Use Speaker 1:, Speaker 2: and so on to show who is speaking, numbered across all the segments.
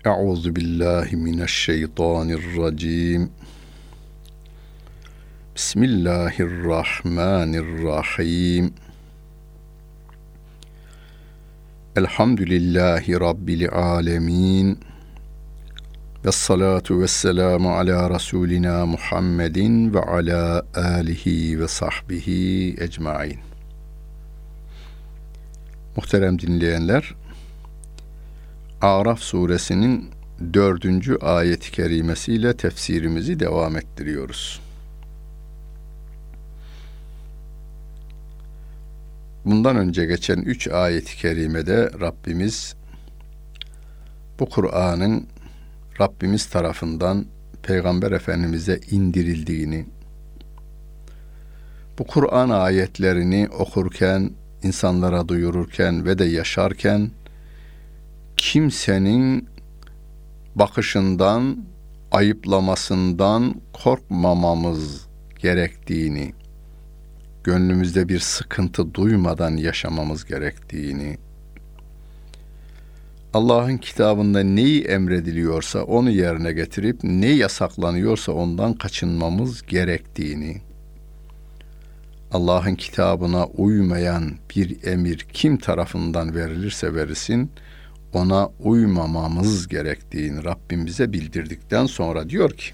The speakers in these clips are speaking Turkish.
Speaker 1: Euzu billahi mineşşeytanirracim. Bismillahirrahmanirrahim. Elhamdülillahi rabbil alamin. Vessalatu vesselamu ala rasulina Muhammedin ve ala alihi ve sahbihi ecmaîn. Muhterem dinleyenler, Araf suresinin 4. ayet-i kerimesiyle tefsirimizi devam ettiriyoruz. Bundan önce geçen 3 ayet-i kerimede Rabbimiz bu Kur'an'ın Rabbimiz tarafından Peygamber Efendimiz'e indirildiğini, bu Kur'an ayetlerini okurken, insanlara duyururken ve de yaşarken kimsenin bakışından, ayıplamasından korkmamamız gerektiğini, gönlümüzde bir sıkıntı duymadan yaşamamız gerektiğini, Allah'ın kitabında neyi emrediliyorsa onu yerine getirip ne yasaklanıyorsa ondan kaçınmamız gerektiğini, Allah'ın kitabına uymayan bir emir kim tarafından verilirse verilsin, ona uymamamız gerektiğini Rabbim bize bildirdikten sonra diyor ki: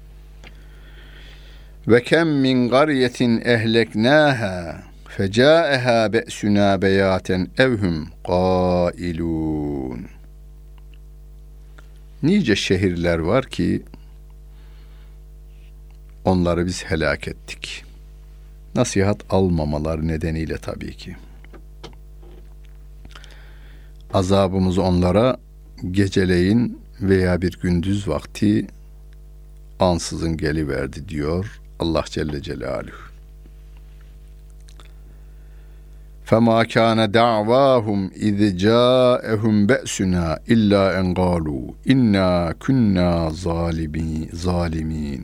Speaker 1: Ve kem min qaryetin ehleknâhâ fecâehâ be'sünâ beyâten evhum qailûn. Nice şehirler var ki onları biz helak ettik. Nasihat almamaları nedeniyle tabii ki. Azabımız onlara geceleyin veya bir gündüz vakti ansızın geliverdi diyor Allah Celle Celaluhu. فَمَا كَانَ دَعْوَاهُمْ اِذْ جَاءَهُمْ بَأْسُنَا اِلَّا اَنْ قَالُوا اِنَّا كُنَّا ظَالِمِينَ.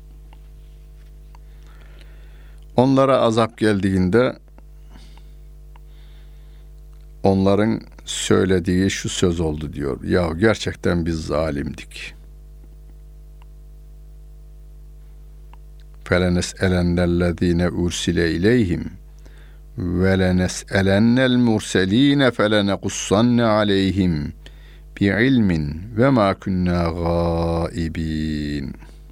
Speaker 1: Onlara azap geldiğinde onların söylediği şu söz oldu diyor: Ya gerçekten biz zalimdik. فَلَنَسْأَلَنَّ الَّذ۪ينَ اُرْسِلَ اِلَيْهِمْ وَلَنَسْأَلَنَّ الْمُرْسَل۪ينَ فَلَنَقُصَّنَّ عَلَيْهِمْ بِعِلْمٍ وَمَا كُنَّا غَائِب۪ينَ.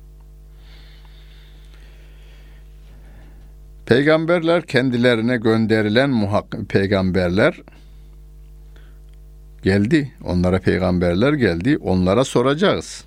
Speaker 1: Peygamberler, kendilerine gönderilen peygamberler geldi. Onlara peygamberler geldi. Onlara soracağız.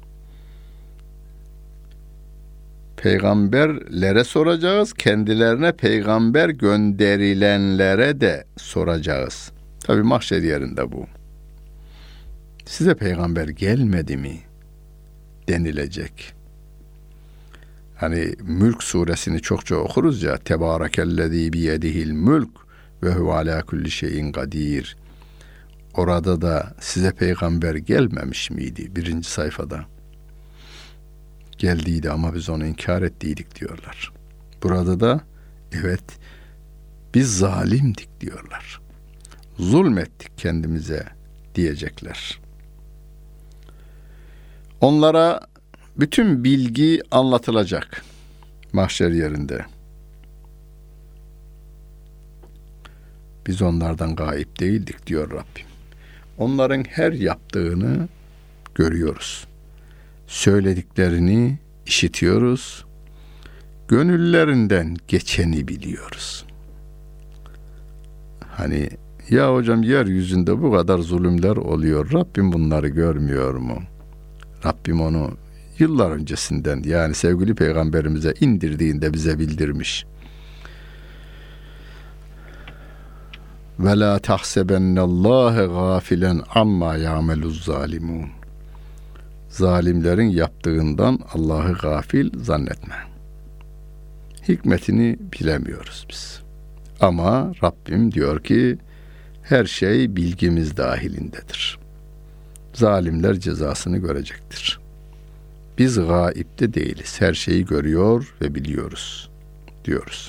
Speaker 1: Peygamberlere soracağız. Kendilerine peygamber gönderilenlere de soracağız. Tabii mahşer yerinde bu. Size peygamber gelmedi mi denilecek. Hani Mülk suresini çokça okuruz ya. Tebârekellezî biyedihil mülk ve huve alâ kulli şeyin kadir. Orada da size peygamber gelmemiş miydi? 1. sayfada. Geldiydi ama biz onu inkar ettiydik diyorlar. Burada da evet biz zalimdik diyorlar. Zulmettik kendimize diyecekler. Onlara bütün bilgi anlatılacak mahşer yerinde. Biz onlardan gayip değildik diyor Rabbim. Onların her yaptığını görüyoruz. Söylediklerini işitiyoruz. Gönüllerinden geçeni biliyoruz. Hani ya hocam yeryüzünde bu kadar zulümler oluyor. Rabbim bunları görmüyor mu? Rabbim onu yıllar öncesinden, yani sevgili peygamberimize indirdiğinde bize bildirmiş. Ve la tahsebennallâhe gâfilen amma ya'meluz zalimun. Zalimlerin yaptığından Allah'ı gafil zannetme. Hikmetini bilemiyoruz biz. Ama Rabbim diyor ki her şey bilgimiz dahilindedir. Zalimler cezasını görecektir. Biz gaipte değiliz. Her şeyi görüyor ve biliyoruz diyoruz.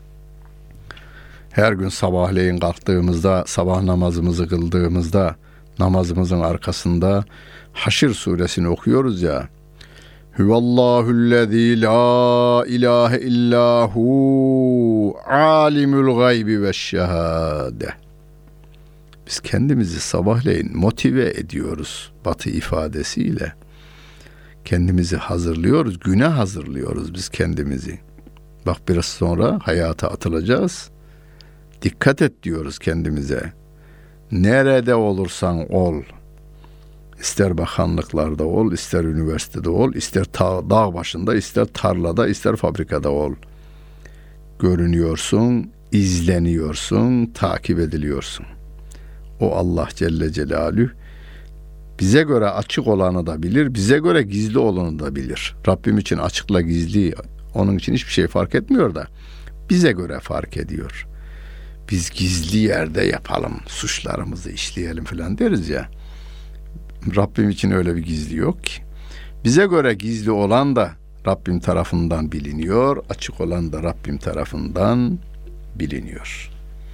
Speaker 1: Her gün sabahleyin kalktığımızda, sabah namazımızı kıldığımızda Namazımızın arkasında Haşr suresini okuyoruz ya. Huvallahu'llezî la ilahe illahu alimul gaybi veşşehâde. Biz kendimizi sabahleyin motive ediyoruz Batı ifadesiyle. Kendimizi hazırlıyoruz, güne hazırlıyoruz biz kendimizi. Bak biraz sonra hayata atılacağız. Dikkat et diyoruz kendimize. Nerede olursan ol. İster bakanlıklarda ol, ister üniversitede ol, ister dağ başında, ister tarlada, ister fabrikada ol. Görünüyorsun, izleniyorsun, takip ediliyorsun. O Allah Celle Celaluhu bize göre açık olanı da bilir, bize göre gizli olanı da bilir. Rabbim için açıkla gizli, onun için hiçbir şey fark etmiyor da bize göre fark ediyor. Biz gizli yerde yapalım, suçlarımızı işleyelim falan deriz ya. Rabbim için öyle bir gizli yok ki. Bize göre gizli olan da Rabbim tarafından biliniyor, açık olan da Rabbim tarafından biliniyor.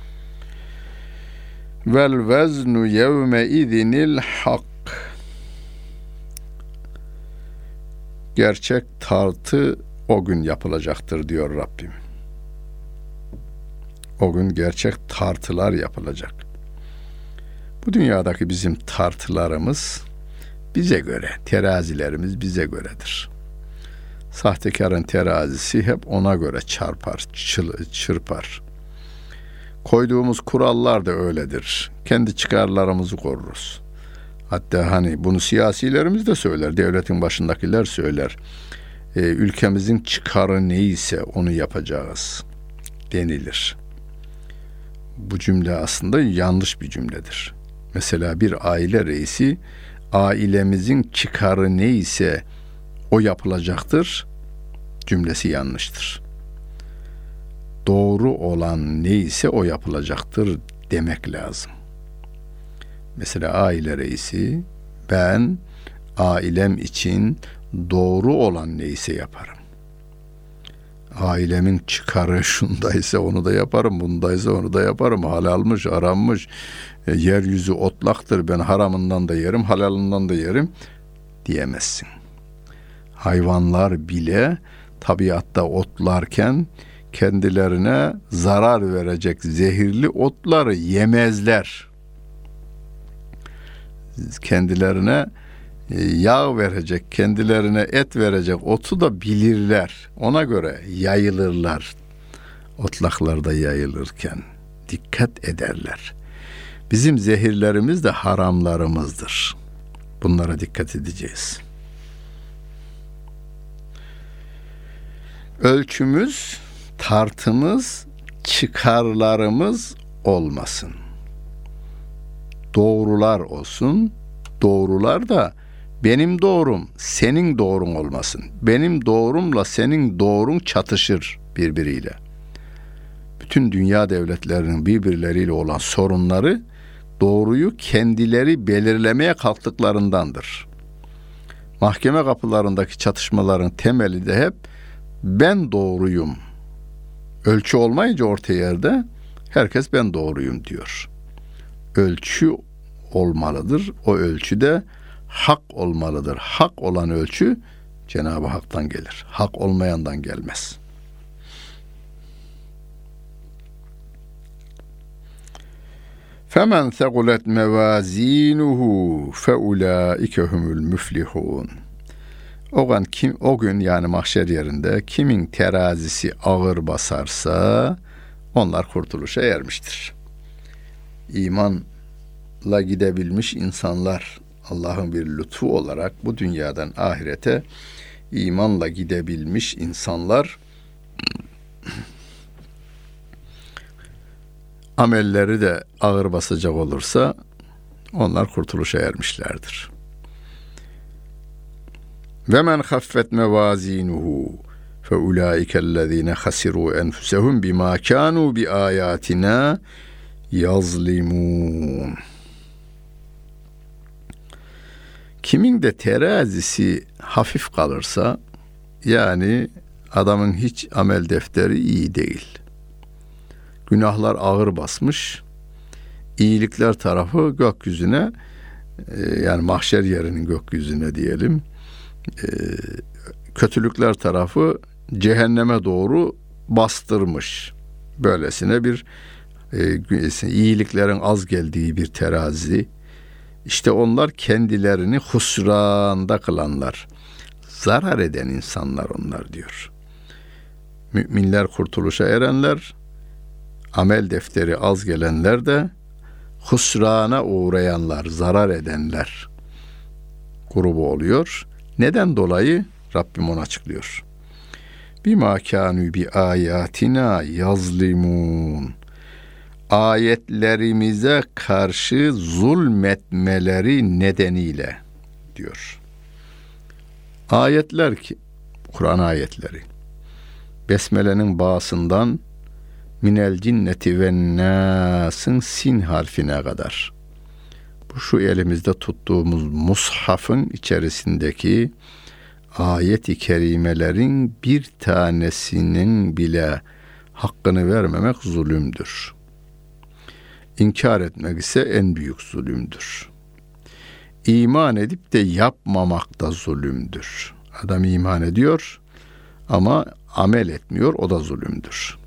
Speaker 1: Vel veznu yevme izinil hak. Gerçek tartı o gün yapılacaktır diyor Rabbim. O gün gerçek tartılar yapılacak. Bu dünyadaki bizim tartılarımız bize göre, terazilerimiz bize göredir. Sahtekarın terazisi hep ona göre çırpar. Koyduğumuz kurallar da öyledir. Kendi çıkarlarımızı koruruz. Hatta hani bunu siyasilerimiz de söyler, devletin başındakiler söyler. Ülkemizin çıkarı neyse onu yapacağız denilir. Bu cümle aslında yanlış bir cümledir. Mesela bir aile reisi, ailemizin çıkarı neyse o yapılacaktır cümlesi yanlıştır. Doğru olan neyse o yapılacaktır demek lazım. Mesela aile reisi, ben ailem için doğru olan neyse yaparım. Ailemin çıkarı şundaysa onu da yaparım, bundaysa onu da yaparım. Halalmış, harammış, yeryüzü otlaktır, ben haramından da yerim, halalından da yerim diyemezsin. Hayvanlar bile tabiatta otlarken kendilerine zarar verecek zehirli otları yemezler. Kendilerine yağ verecek, kendilerine et verecek otu da bilirler. Ona göre yayılırlar. Otlaklarda yayılırken dikkat ederler. Bizim zehirlerimiz de haramlarımızdır. Bunlara dikkat edeceğiz. Ölçümüz, tartımız, çıkarlarımız olmasın. Doğrular olsun. Doğrular da benim doğrum, senin doğrun olmasın. Benim doğrumla senin doğrun çatışır birbiriyle. Bütün dünya devletlerinin birbirleriyle olan sorunları doğruyu kendileri belirlemeye kalktıklarındandır. Mahkeme kapılarındaki çatışmaların temeli de hep ben doğruyum. Ölçü olmayınca orta yerde herkes ben doğruyum diyor. Ölçü olmalıdır. O ölçü de hak olmalıdır. Hak olan ölçü Cenab-ı Hak'tan gelir. Hak olmayandan gelmez. فَمَنْ ثَقُلَتْ مَوَازِينُهُ فَاُولَٰئِكَ هُمُ الْمُفْلِحُونَ. O gün yani mahşer yerinde kimin terazisi ağır basarsa onlar kurtuluşa ermiştir. İmanla gidebilmiş insanlar, Allah'ın bir lütfu olarak bu dünyadan ahirete imanla gidebilmiş insanlar amelleri de ağır basacak olursa onlar kurtuluşa ermişlerdir. Ve men haffet mevazinuhu fe ulaikellezine hasiru enfusehum bima kanu bi ayatina yazlimun. Kimin de terazisi hafif kalırsa, yani adamın hiç amel defteri iyi değil, günahlar ağır basmış, iyilikler tarafı gökyüzüne yani mahşer yerinin gökyüzüne diyelim, kötülükler tarafı cehenneme doğru bastırmış. Böylesine bir iyiliklerin az geldiği bir terazi. İşte onlar kendilerini husranda kılanlar, zarar eden insanlar onlar diyor. Müminler kurtuluşa erenler, amel defteri az gelenler de husrana uğrayanlar, zarar edenler grubu oluyor. Neden dolayı? Rabbim onu açıklıyor. Bima kânû bi âyâtinâ yazlimûn. Ayetlerimize karşı zulmetmeleri nedeniyle diyor. Ayetler ki, Kur'an ayetleri, Besmele'nin bağısından minel cinneti ve nâs'ın sin harfine kadar. Bu şu elimizde tuttuğumuz mushafın içerisindeki ayet-i kerimelerin bir tanesinin bile hakkını vermemek zulümdür. İnkar etmek ise en büyük zulümdür. İman edip de yapmamak da zulümdür. Adam iman ediyor ama amel etmiyor, o da zulümdür.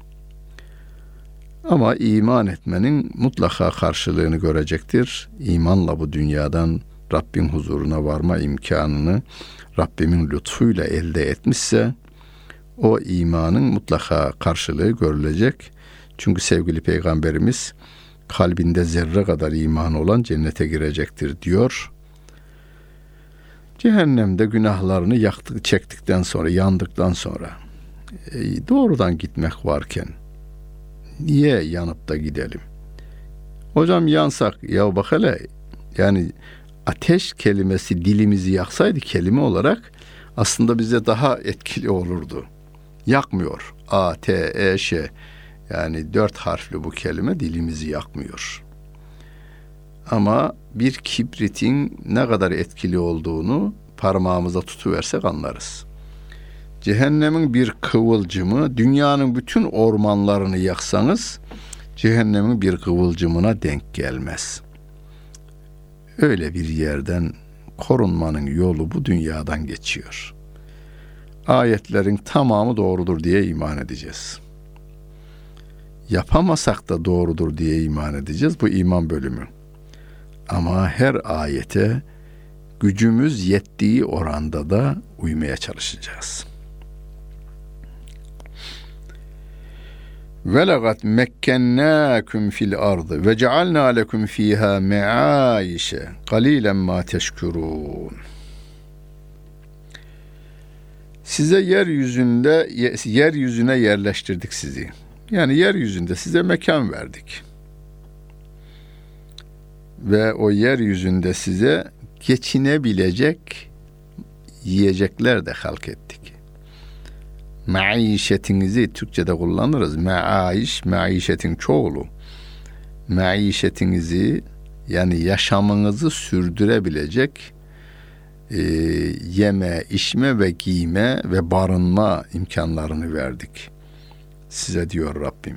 Speaker 1: Ama iman etmenin mutlaka karşılığını görecektir. İmanla bu dünyadan Rabbin huzuruna varma imkanını Rabbimin lütfuyla elde etmişse o imanın mutlaka karşılığı görülecek. Çünkü sevgili Peygamberimiz kalbinde zerre kadar iman olan cennete girecektir diyor. Cehennemde günahlarını çektikten sonra, yandıktan sonra doğrudan gitmek varken niye yanıp da gidelim? Hocam yansak, ya bak hele, yani ateş kelimesi dilimizi yaksaydı kelime olarak aslında bize daha etkili olurdu. Yakmıyor. A-T-E-Ş, yani 4 harfli bu kelime dilimizi yakmıyor. Ama bir kibritin ne kadar etkili olduğunu parmağımıza tutuversek anlarız. Cehennemin bir kıvılcımı, dünyanın bütün ormanlarını yaksanız cehennemin bir kıvılcımına denk gelmez. Öyle bir yerden korunmanın yolu bu dünyadan geçiyor. Ayetlerin tamamı doğrudur diye iman edeceğiz. Yapamasak da doğrudur diye iman edeceğiz. Bu iman bölümü. Ama her ayete gücümüz yettiği oranda da uymaya çalışacağız. Ve laqad mekkennâkum fil ardı ve cealnâ lekum fîhâ meâişe qalîlen mâ teşkurûn. Size yeryüzüne yerleştirdik sizi. Yani yeryüzünde size mekan verdik. Ve o yeryüzünde size geçinebilecek yiyecekler de halk ettik. Maişetinizi Türkçe'de kullanırız. Maiş, maişetin çoğulu. Maişetinizi, yani yaşamınızı sürdürebilecek yeme, içme ve giyme ve barınma imkanlarını verdik size diyor Rabbim.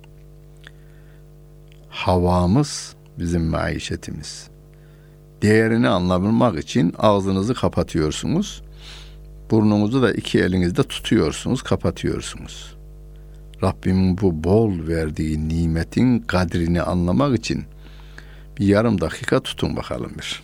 Speaker 1: Havamız bizim maişetimiz. Değerini anlamak için ağzınızı kapatıyorsunuz. Burnunuzu da 2 elinizde tutuyorsunuz, kapatıyorsunuz. Rabbimin bu bol verdiği nimetin kadrini anlamak için bir yarım dakika tutun bakalım bir.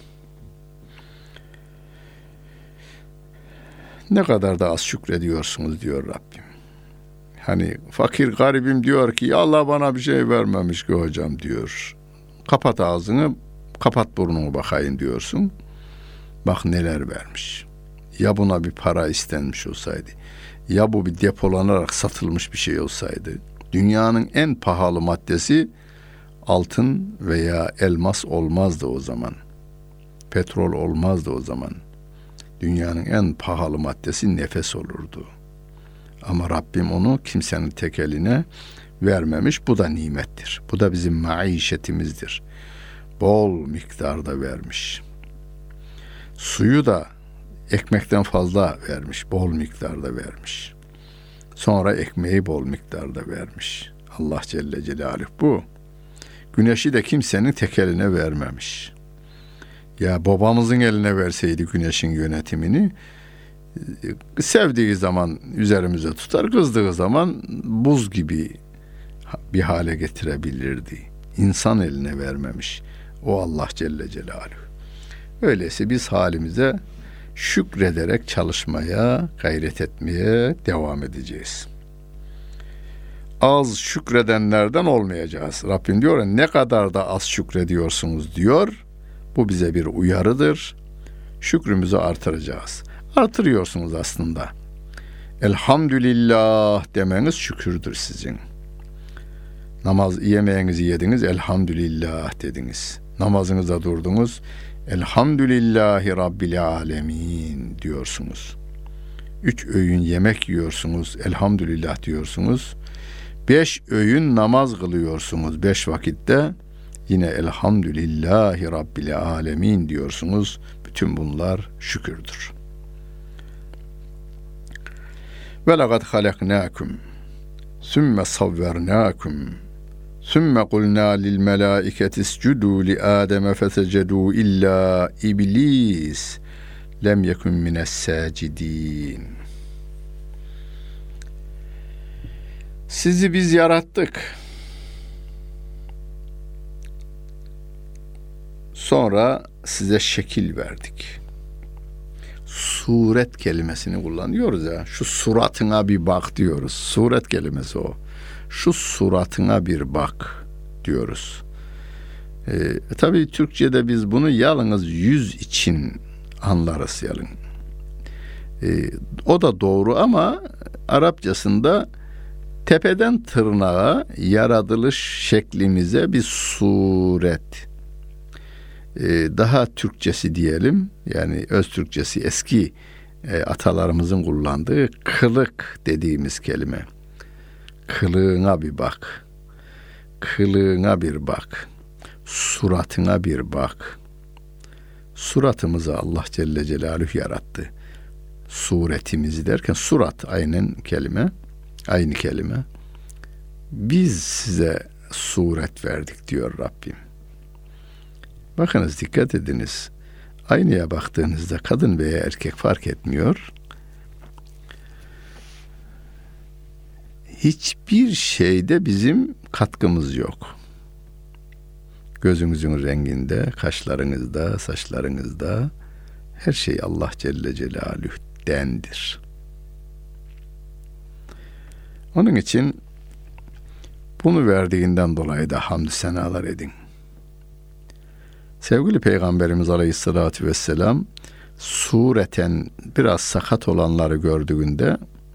Speaker 1: Ne kadar da az şükrediyorsunuz diyor Rabbim. Hani fakir garibim diyor ki ya Allah bana bir şey vermemiş ki hocam diyor. Kapat ağzını, kapat burnunu bakayım diyorsun. Bak neler vermiş. Ya buna bir para istenmiş olsaydı, ya bu bir depolanarak satılmış bir şey olsaydı, dünyanın en pahalı maddesi altın veya elmas olmazdı o zaman. Petrol olmazdı o zaman. Dünyanın en pahalı maddesi nefes olurdu. Ama Rabbim onu kimsenin tek eline vermemiş. Bu da nimettir. Bu da bizim maişetimizdir. Bol miktarda vermiş. Suyu da ekmekten fazla vermiş. Bol miktarda vermiş. Sonra ekmeği bol miktarda vermiş. Allah Celle Celaluhu bu. Güneşi de kimsenin tek eline vermemiş. Ya babamızın eline verseydi güneşin yönetimini, sevdiği zaman üzerimize tutar, kızdığı zaman buz gibi bir hale getirebilirdi. İnsan eline vermemiş o Allah Celle Celaluhu. Öyleyse biz halimize şükrederek çalışmaya, gayret etmeye devam edeceğiz. Az şükredenlerden olmayacağız. Rabbim diyor ya, ne kadar da az şükrediyorsunuz diyor. Bu bize bir uyarıdır. Şükrümüzü artıracağız. Artırıyorsunuz aslında. Elhamdülillah demeniz şükürdür sizin. Yemeğinizi yediniz, elhamdülillah dediniz. Namazınıza durdunuz, elhamdülillahi rabbil alemin diyorsunuz. 3 öğün yemek yiyorsunuz, elhamdülillah diyorsunuz. 5 öğün namaz kılıyorsunuz 5 vakitte, yine elhamdülillahi rabbil alemin diyorsunuz. Bütün bunlar şükürdür. Ve laqad halaknakum sümme savvernakum sümme kulna lil melaiketi iscudu li Adem fesecedu illa iblis lem yekun mines sacidin. Sizi biz yarattık. Sonra size şekil verdik. Suret kelimesini kullanıyoruz ya. Şu suratına bir bak diyoruz. Suret kelimesi o. Şu suratına bir bak diyoruz. Tabii Türkçe'de biz bunu yalnız yüz için anlarız yalın. O da doğru ama Arapçasında tepeden tırnağa yaratılış şeklimize bir suret. Daha Türkçesi diyelim, yani öz Türkçesi eski atalarımızın kullandığı kılık dediğimiz kelime. Kılığına bir bak, kılığına bir bak, suratına bir bak. Suratımızı Allah Celle Celaluhu yarattı. Suretimizi derken surat aynen kelime, aynı kelime. Biz size suret verdik diyor Rabbim. Bakınız, dikkat ediniz. Aynaya baktığınızda kadın veya erkek fark etmiyor. Hiçbir şeyde bizim katkımız yok. Gözünüzün renginde, kaşlarınızda, saçlarınızda her şey Allah Celle Celaluhu'dendir. Onun için bunu verdiğinden dolayı da hamdü senalar edin. Sevgili Peygamberimiz Aleyhisselatü Vesselam sureten biraz sakat olanları gördüğünde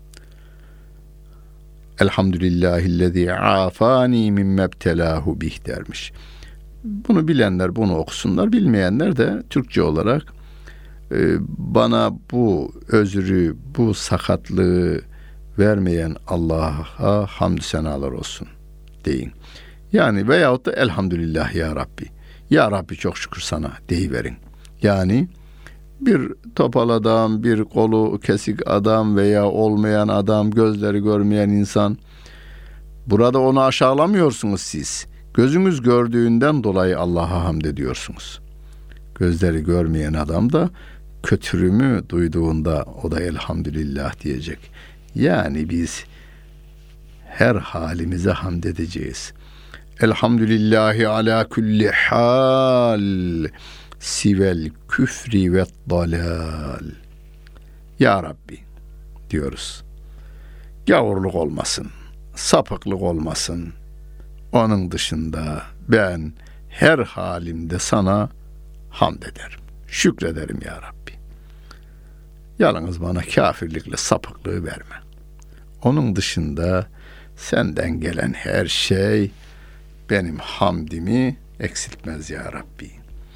Speaker 1: elhamdülillahillezî afani mimmebtelâhu bih dermiş. Bunu bilenler bunu okusunlar, bilmeyenler de Türkçe olarak bana bu özrü, bu sakatlığı vermeyen Allah'a hamdü senalar olsun deyin. Yani veyahut da elhamdülillah ya Rabbi. Ya Rabbi çok şükür sana deyiverin. Yani bir topal adam, bir kolu kesik adam veya olmayan adam, gözleri görmeyen insan, burada onu aşağılamıyorsunuz siz. Gözünüz gördüğünden dolayı Allah'a hamd ediyorsunuz. Gözleri görmeyen adam da kötürümü duyduğunda o da elhamdülillah diyecek. Yani biz her halimize hamd edeceğiz. Elhamdülillahi ala kulli hal sivel küfri ve dalal. Ya Rabbi diyoruz. Gavurluk olmasın, sapıklık olmasın. Onun dışında ben her halimde sana hamd ederim. Şükrederim ya Rabbi. Yalnız bana kafirlikle sapıklığı verme. Onun dışında senden gelen her şey benim hamdimi eksiltmez ya Rabbi.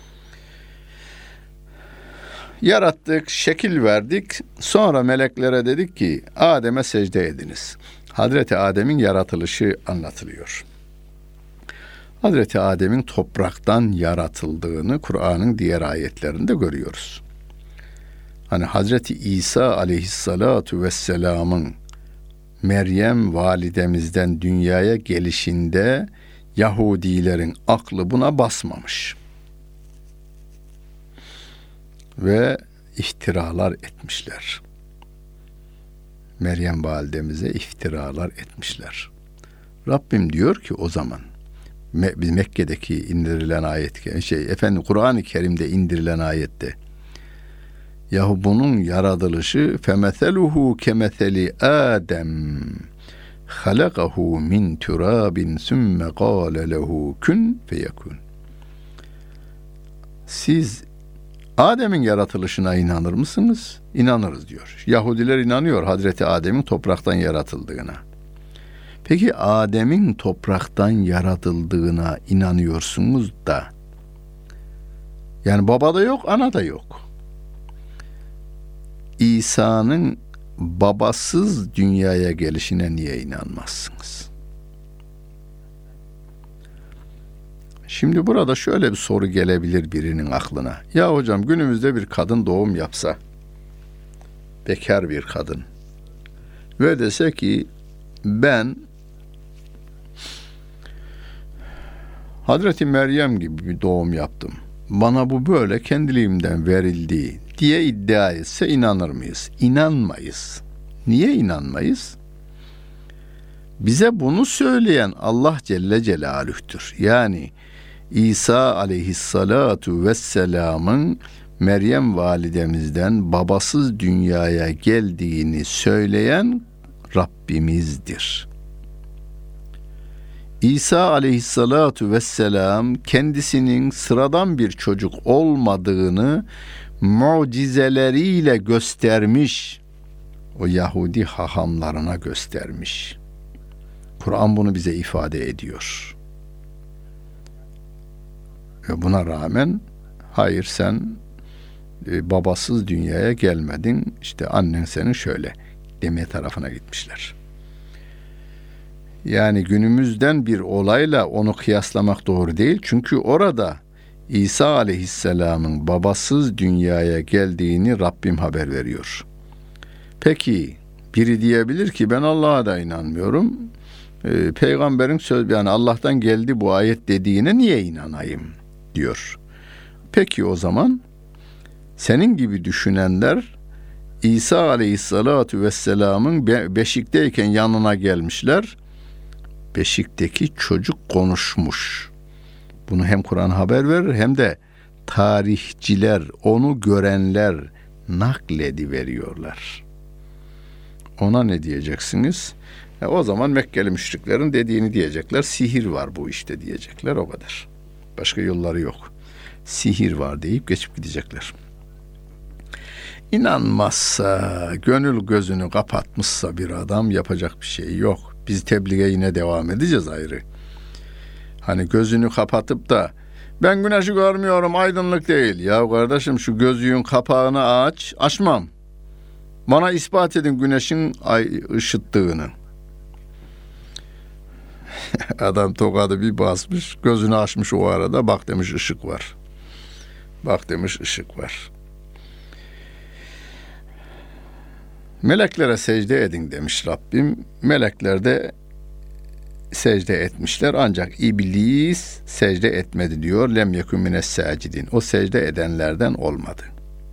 Speaker 1: Yarattık, şekil verdik. Sonra meleklere dedik ki Adem'e secde ediniz. Hazreti Adem'in yaratılışı anlatılıyor. Hazreti Adem'in topraktan yaratıldığını Kur'an'ın diğer ayetlerinde görüyoruz. Hani Hazreti İsa aleyhissalatu vesselam'ın Meryem validemizden dünyaya gelişinde Yahudilerin aklı buna basmamış. ve iftiralar etmişler. Meryem validemize iftiralar etmişler. Rabbim diyor ki o zaman Mekke'deki indirilen ayet, Kur'an-ı Kerim'de indirilen ayette, yahu bunun yaratılışı femeseluhu kemeseli Adem halakahu min turabin sümme kâle lehu kun feyekun. Siz Adem'in yaratılışına inanır mısınız? İnanırız diyor. Yahudiler inanıyor Hazreti Adem'in topraktan yaratıldığına. Peki Adem'in topraktan yaratıldığına inanıyorsunuz da, yani baba da yok, ana da yok. İsa'nın babasız dünyaya gelişine niye inanmazsınız? Şimdi burada şöyle bir soru gelebilir birinin aklına. Ya hocam, günümüzde bir kadın doğum yapsa, bekar bir kadın, ve dese ki ben Hazreti Meryem gibi bir doğum yaptım, bana bu böyle kendiliğimden verildi diye iddia etse inanır mıyız? İnanmayız. Niye inanmayız? Bize bunu söyleyen Allah Celle Celaluh'tür. Yani İsa aleyhissalatu vesselamın Meryem validemizden babasız dünyaya geldiğini söyleyen Rabbimizdir. İsa aleyhissalatu vesselam kendisinin sıradan bir çocuk olmadığını mucizeleriyle göstermiş, o Yahudi hahamlarına göstermiş. Kur'an bunu bize ifade ediyor. Ve buna rağmen hayır, sen babasız dünyaya gelmedin, işte annen senin şöyle deme tarafına gitmişler. Yani günümüzden bir olayla onu kıyaslamak doğru değil. Çünkü orada İsa aleyhisselamın babasız dünyaya geldiğini Rabbim haber veriyor. Peki biri diyebilir ki ben Allah'a da inanmıyorum. Peygamberin söz, yani Allah'tan geldi bu ayet dediğine niye inanayım diyor. Peki o zaman senin gibi düşünenler İsa aleyhissalatu vesselamın beşikteyken yanına gelmişler. Beşikteki çocuk konuşmuş. Bunu hem Kur'an haber verir hem de tarihçiler, onu görenler naklediveriyorlar. Ona ne diyeceksiniz? O zaman Mekkeli müşriklerin dediğini diyecekler. Sihir var bu işte diyecekler, o kadar. Başka yolları yok. Sihir var deyip geçip gidecekler. İnanmazsa, gönül gözünü kapatmışsa bir adam, yapacak bir şey yok. Biz tebliğe yine devam edeceğiz ayrı. Hani gözünü kapatıp da ben güneşi görmüyorum, aydınlık değil. Ya kardeşim, şu gözlüğün kapağını açmam. Bana ispat edin güneşin ışıttığını. Adam tokadı bir basmış, gözünü açmış o arada, bak demiş ışık var. Bak demiş ışık var. Meleklere secde edin demiş Rabbim. Melekler de secde etmişler, ancak iblis secde etmedi diyor. Lem yekun mines sacidin. O secde edenlerden olmadı.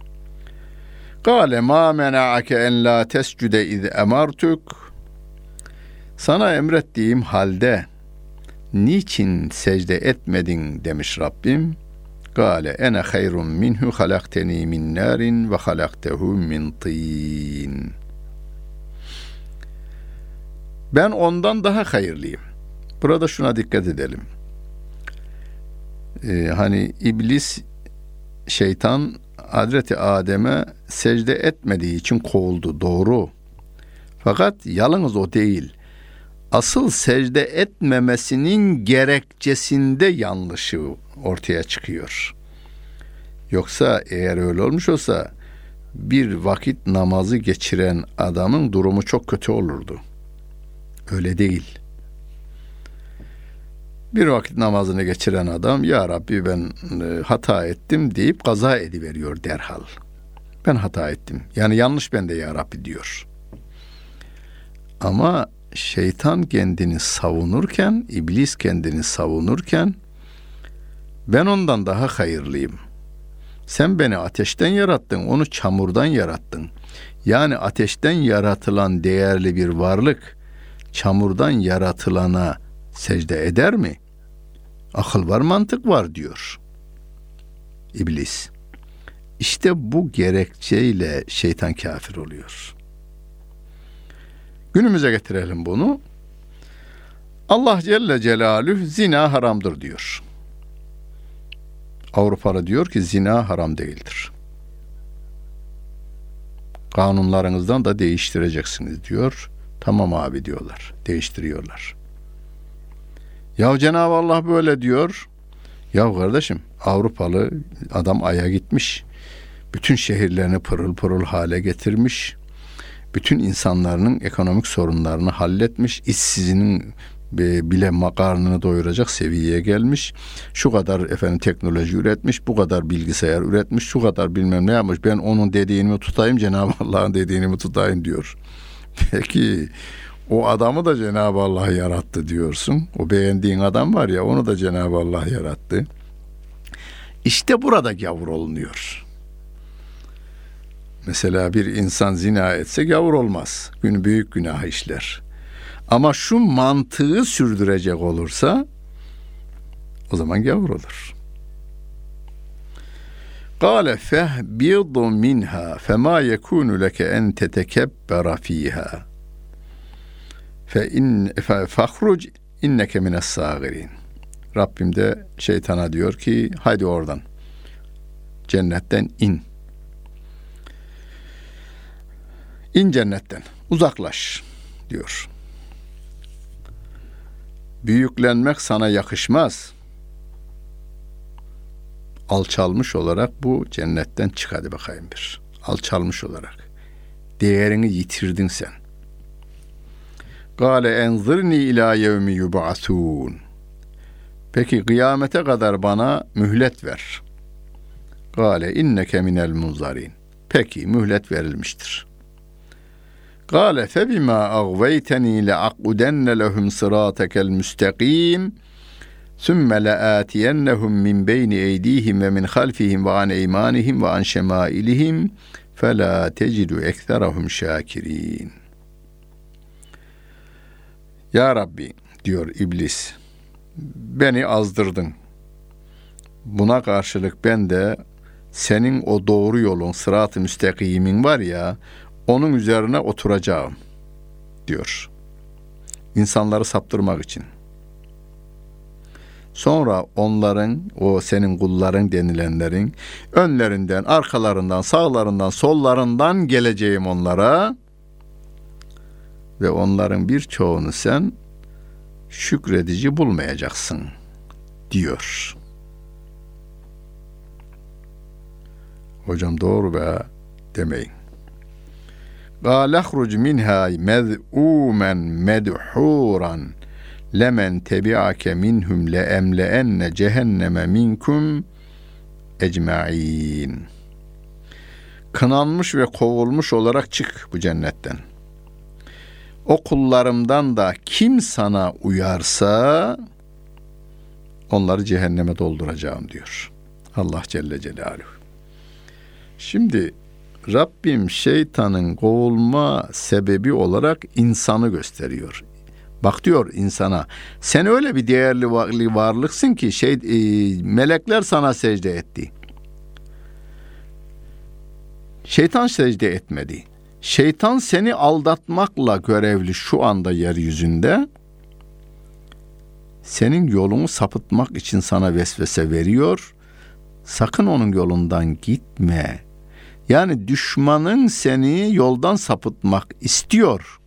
Speaker 1: Kâle mâ mena'ake en lâ tescüde iz emartuk. Sana emrettiğim halde niçin secde etmedin demiş Rabbim. Kâle ene hayrun minhu halakteni min nârin ve halaktehu min tîn. Ben ondan daha hayırlıyım. Burada şuna dikkat edelim. Hani iblis, şeytan Hazreti Adem'e secde etmediği için kovuldu, doğru. Fakat yalnız o değil. Asıl secde etmemesinin gerekçesinde yanlışı ortaya çıkıyor. Yoksa eğer öyle olmuş olsa bir vakit namazı geçiren adamın durumu çok kötü olurdu. Öyle değil. Bir vakit namazını geçiren adam, ya Rabbi ben hata ettim deyip kaza ediveriyor derhal. Ben hata ettim. Yani yanlış bende ya Rabbi diyor. Ama şeytan kendini savunurken, iblis kendini savunurken ben ondan daha hayırlıyım. Sen beni ateşten yarattın, onu çamurdan yarattın. Yani ateşten yaratılan değerli bir varlık çamurdan yaratılana secde eder mi? Akıl var, mantık var diyor İblis. İşte bu gerekçeyle şeytan kafir oluyor. Günümüze getirelim bunu. Allah Celle Celaluhu zina haramdır diyor. Avrupalı diyor ki zina haram değildir. Kanunlarınızdan da değiştireceksiniz diyor. Tamam abi diyorlar. Değiştiriyorlar. Ya Cenab-ı Allah böyle diyor. Ya kardeşim, Avrupalı adam Ay'a gitmiş. Bütün şehirlerini pırıl pırıl hale getirmiş. Bütün insanların ekonomik sorunlarını halletmiş. İşsizinin bile karnını doyuracak seviyeye gelmiş. Şu kadar teknoloji üretmiş, bu kadar bilgisayar üretmiş, şu kadar bilmem ne yapmış. Ben onun dediğini mi tutayım, Cenab-ı Allah'ın dediğini mi tutayım diyor. Peki o adamı da Cenab-ı Allah yarattı diyorsun. O beğendiğin adam var ya, onu da Cenab-ı Allah yarattı. İşte burada gavur olunuyor. Mesela bir insan zina etse gavur olmaz. Büyük günah işler. Ama şu mantığı sürdürecek olursa o zaman gavur olur. Kâle fehbidu minha femâ yekûnu leke en tetekebbera fîhâ fahruc inneke mine's-sâgirin. Rabbim de şeytana diyor ki haydi oradan, cennetten in. İn cennetten, uzaklaş diyor. Büyüklenmek sana yakışmaz. Alçalmış olarak bu cennetten çık hadi bakayım bir. Alçalmış olarak. Değerini yitirdin sen. Gâle enzirni ilâ yevmi yub'asûn. Peki kıyamete kadar bana mühlet ver. Gâle inneke minel munzarin. Peki mühlet verilmiştir. Kâle febimâ agveyteni le'ak'udenne lehum sırâtekel müstakîm sümme le'âtiyennehum min beyni eydîhim ve min halfihim ve an eymânihim ve an şemâilihim felâ tecidu ekserahum şâkirîn. Ya Rabbi diyor İblis, beni azdırdın. Buna karşılık ben de senin o doğru yolun, sırat-ı müstakimin var ya, onun üzerine oturacağım diyor. İnsanları saptırmak için. Sonra onların, o senin kulların denilenlerin önlerinden, arkalarından, sağlarından, sollarından geleceğim onlara ve onların birçoğunu sen şükredici bulmayacaksın diyor. Hocam doğru be demeyin. قَالَ اخْرُجْ مِنْهَا مَذْءُومًا مَدْحُورًا لَمَنْ تَبِعَكَ مِنْهُمْ لَأَمْلَأَنَّ جَهَنَّمَ مِنْكُمْ اَجْمَعِينَ. Kınanmış ve kovulmuş olarak çık bu cennetten. O kullarımdan da kim sana uyarsa onları cehenneme dolduracağım diyor Allah Celle Celaluhu. Şimdi Rabbim şeytanın kovulma sebebi olarak insanı gösteriyor. Bak diyor insana, sen öyle bir değerli varlıksın ki melekler sana secde etti. Şeytan secde etmedi. Şeytan seni aldatmakla görevli şu anda yeryüzünde. Senin yolunu sapıtmak için sana vesvese veriyor. Sakın onun yolundan gitme. Yani düşmanın seni yoldan sapıtmak istiyor.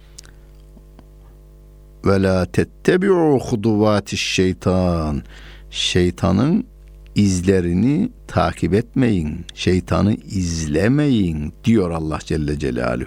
Speaker 1: Ve la tettebi'u huduvatiş şeytan. Şeytanın izlerini takip etmeyin. Şeytanı izlemeyin diyor Allah Celle Celaluhu.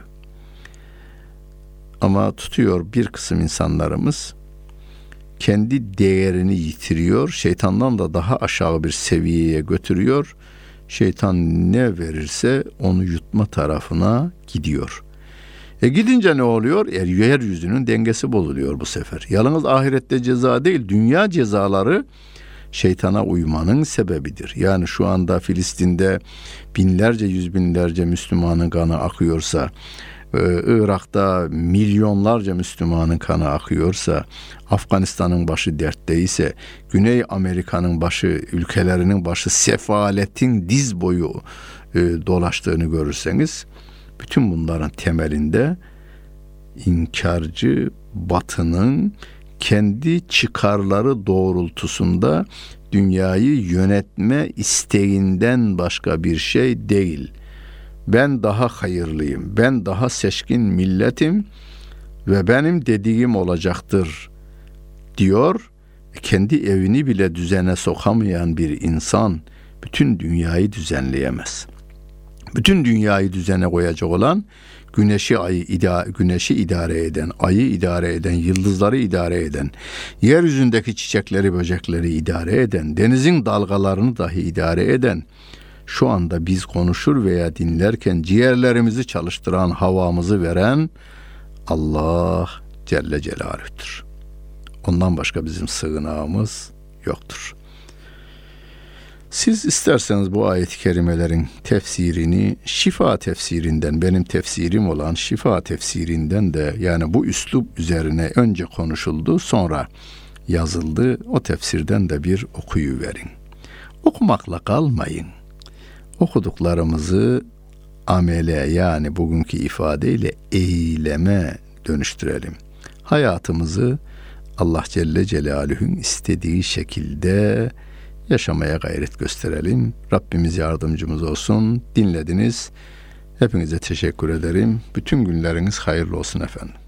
Speaker 1: Ama tutuyor bir kısım insanlarımız kendi değerini yitiriyor. Şeytandan da daha aşağı bir seviyeye götürüyor. Şeytan ne verirse onu yutma tarafına gidiyor. Gidince ne oluyor? Yeryüzünün dengesi bozuluyor bu sefer. Yalnız ahirette ceza değil, dünya cezaları şeytana uymanın sebebidir. Yani şu anda Filistin'de binlerce, yüz binlerce Müslümanın kanı akıyorsa, Irak'ta milyonlarca Müslümanın kanı akıyorsa, Afganistan'ın başı dertteyse, Güney Amerika'nın başı, ülkelerinin başı sefaletin diz boyu dolaştığını görürseniz, bütün bunların temelinde inkarcı Batı'nın kendi çıkarları doğrultusunda dünyayı yönetme isteğinden başka bir şey değil. Ben daha hayırlıyım, ben daha seçkin milletim ve benim dediğim olacaktır diyor. Kendi evini bile düzene sokamayan bir insan bütün dünyayı düzenleyemez. Bütün dünyayı düzene koyacak olan güneşi idare eden, ayı idare eden, yıldızları idare eden, yeryüzündeki çiçekleri, böcekleri idare eden, denizin dalgalarını dahi idare eden, şu anda biz konuşur veya dinlerken ciğerlerimizi çalıştıran, havamızı veren Allah Celle Celaluh'tür. Ondan başka bizim sığınağımız yoktur. Siz isterseniz bu ayet-i kerimelerin tefsirini Şifa tefsirinden, benim tefsirim olan Şifa tefsirinden de, yani bu üslup üzerine önce konuşuldu, sonra yazıldı. O tefsirden de bir okuyuverin. Okumakla kalmayın. Okuduklarımızı amele, yani bugünkü ifadeyle eyleme dönüştürelim. Hayatımızı Allah Celle Celaluhu'nun istediği şekilde yaşamaya gayret gösterelim. Rabbimiz yardımcımız olsun. Dinlediniz. Hepinize teşekkür ederim. Bütün günleriniz hayırlı olsun efendim.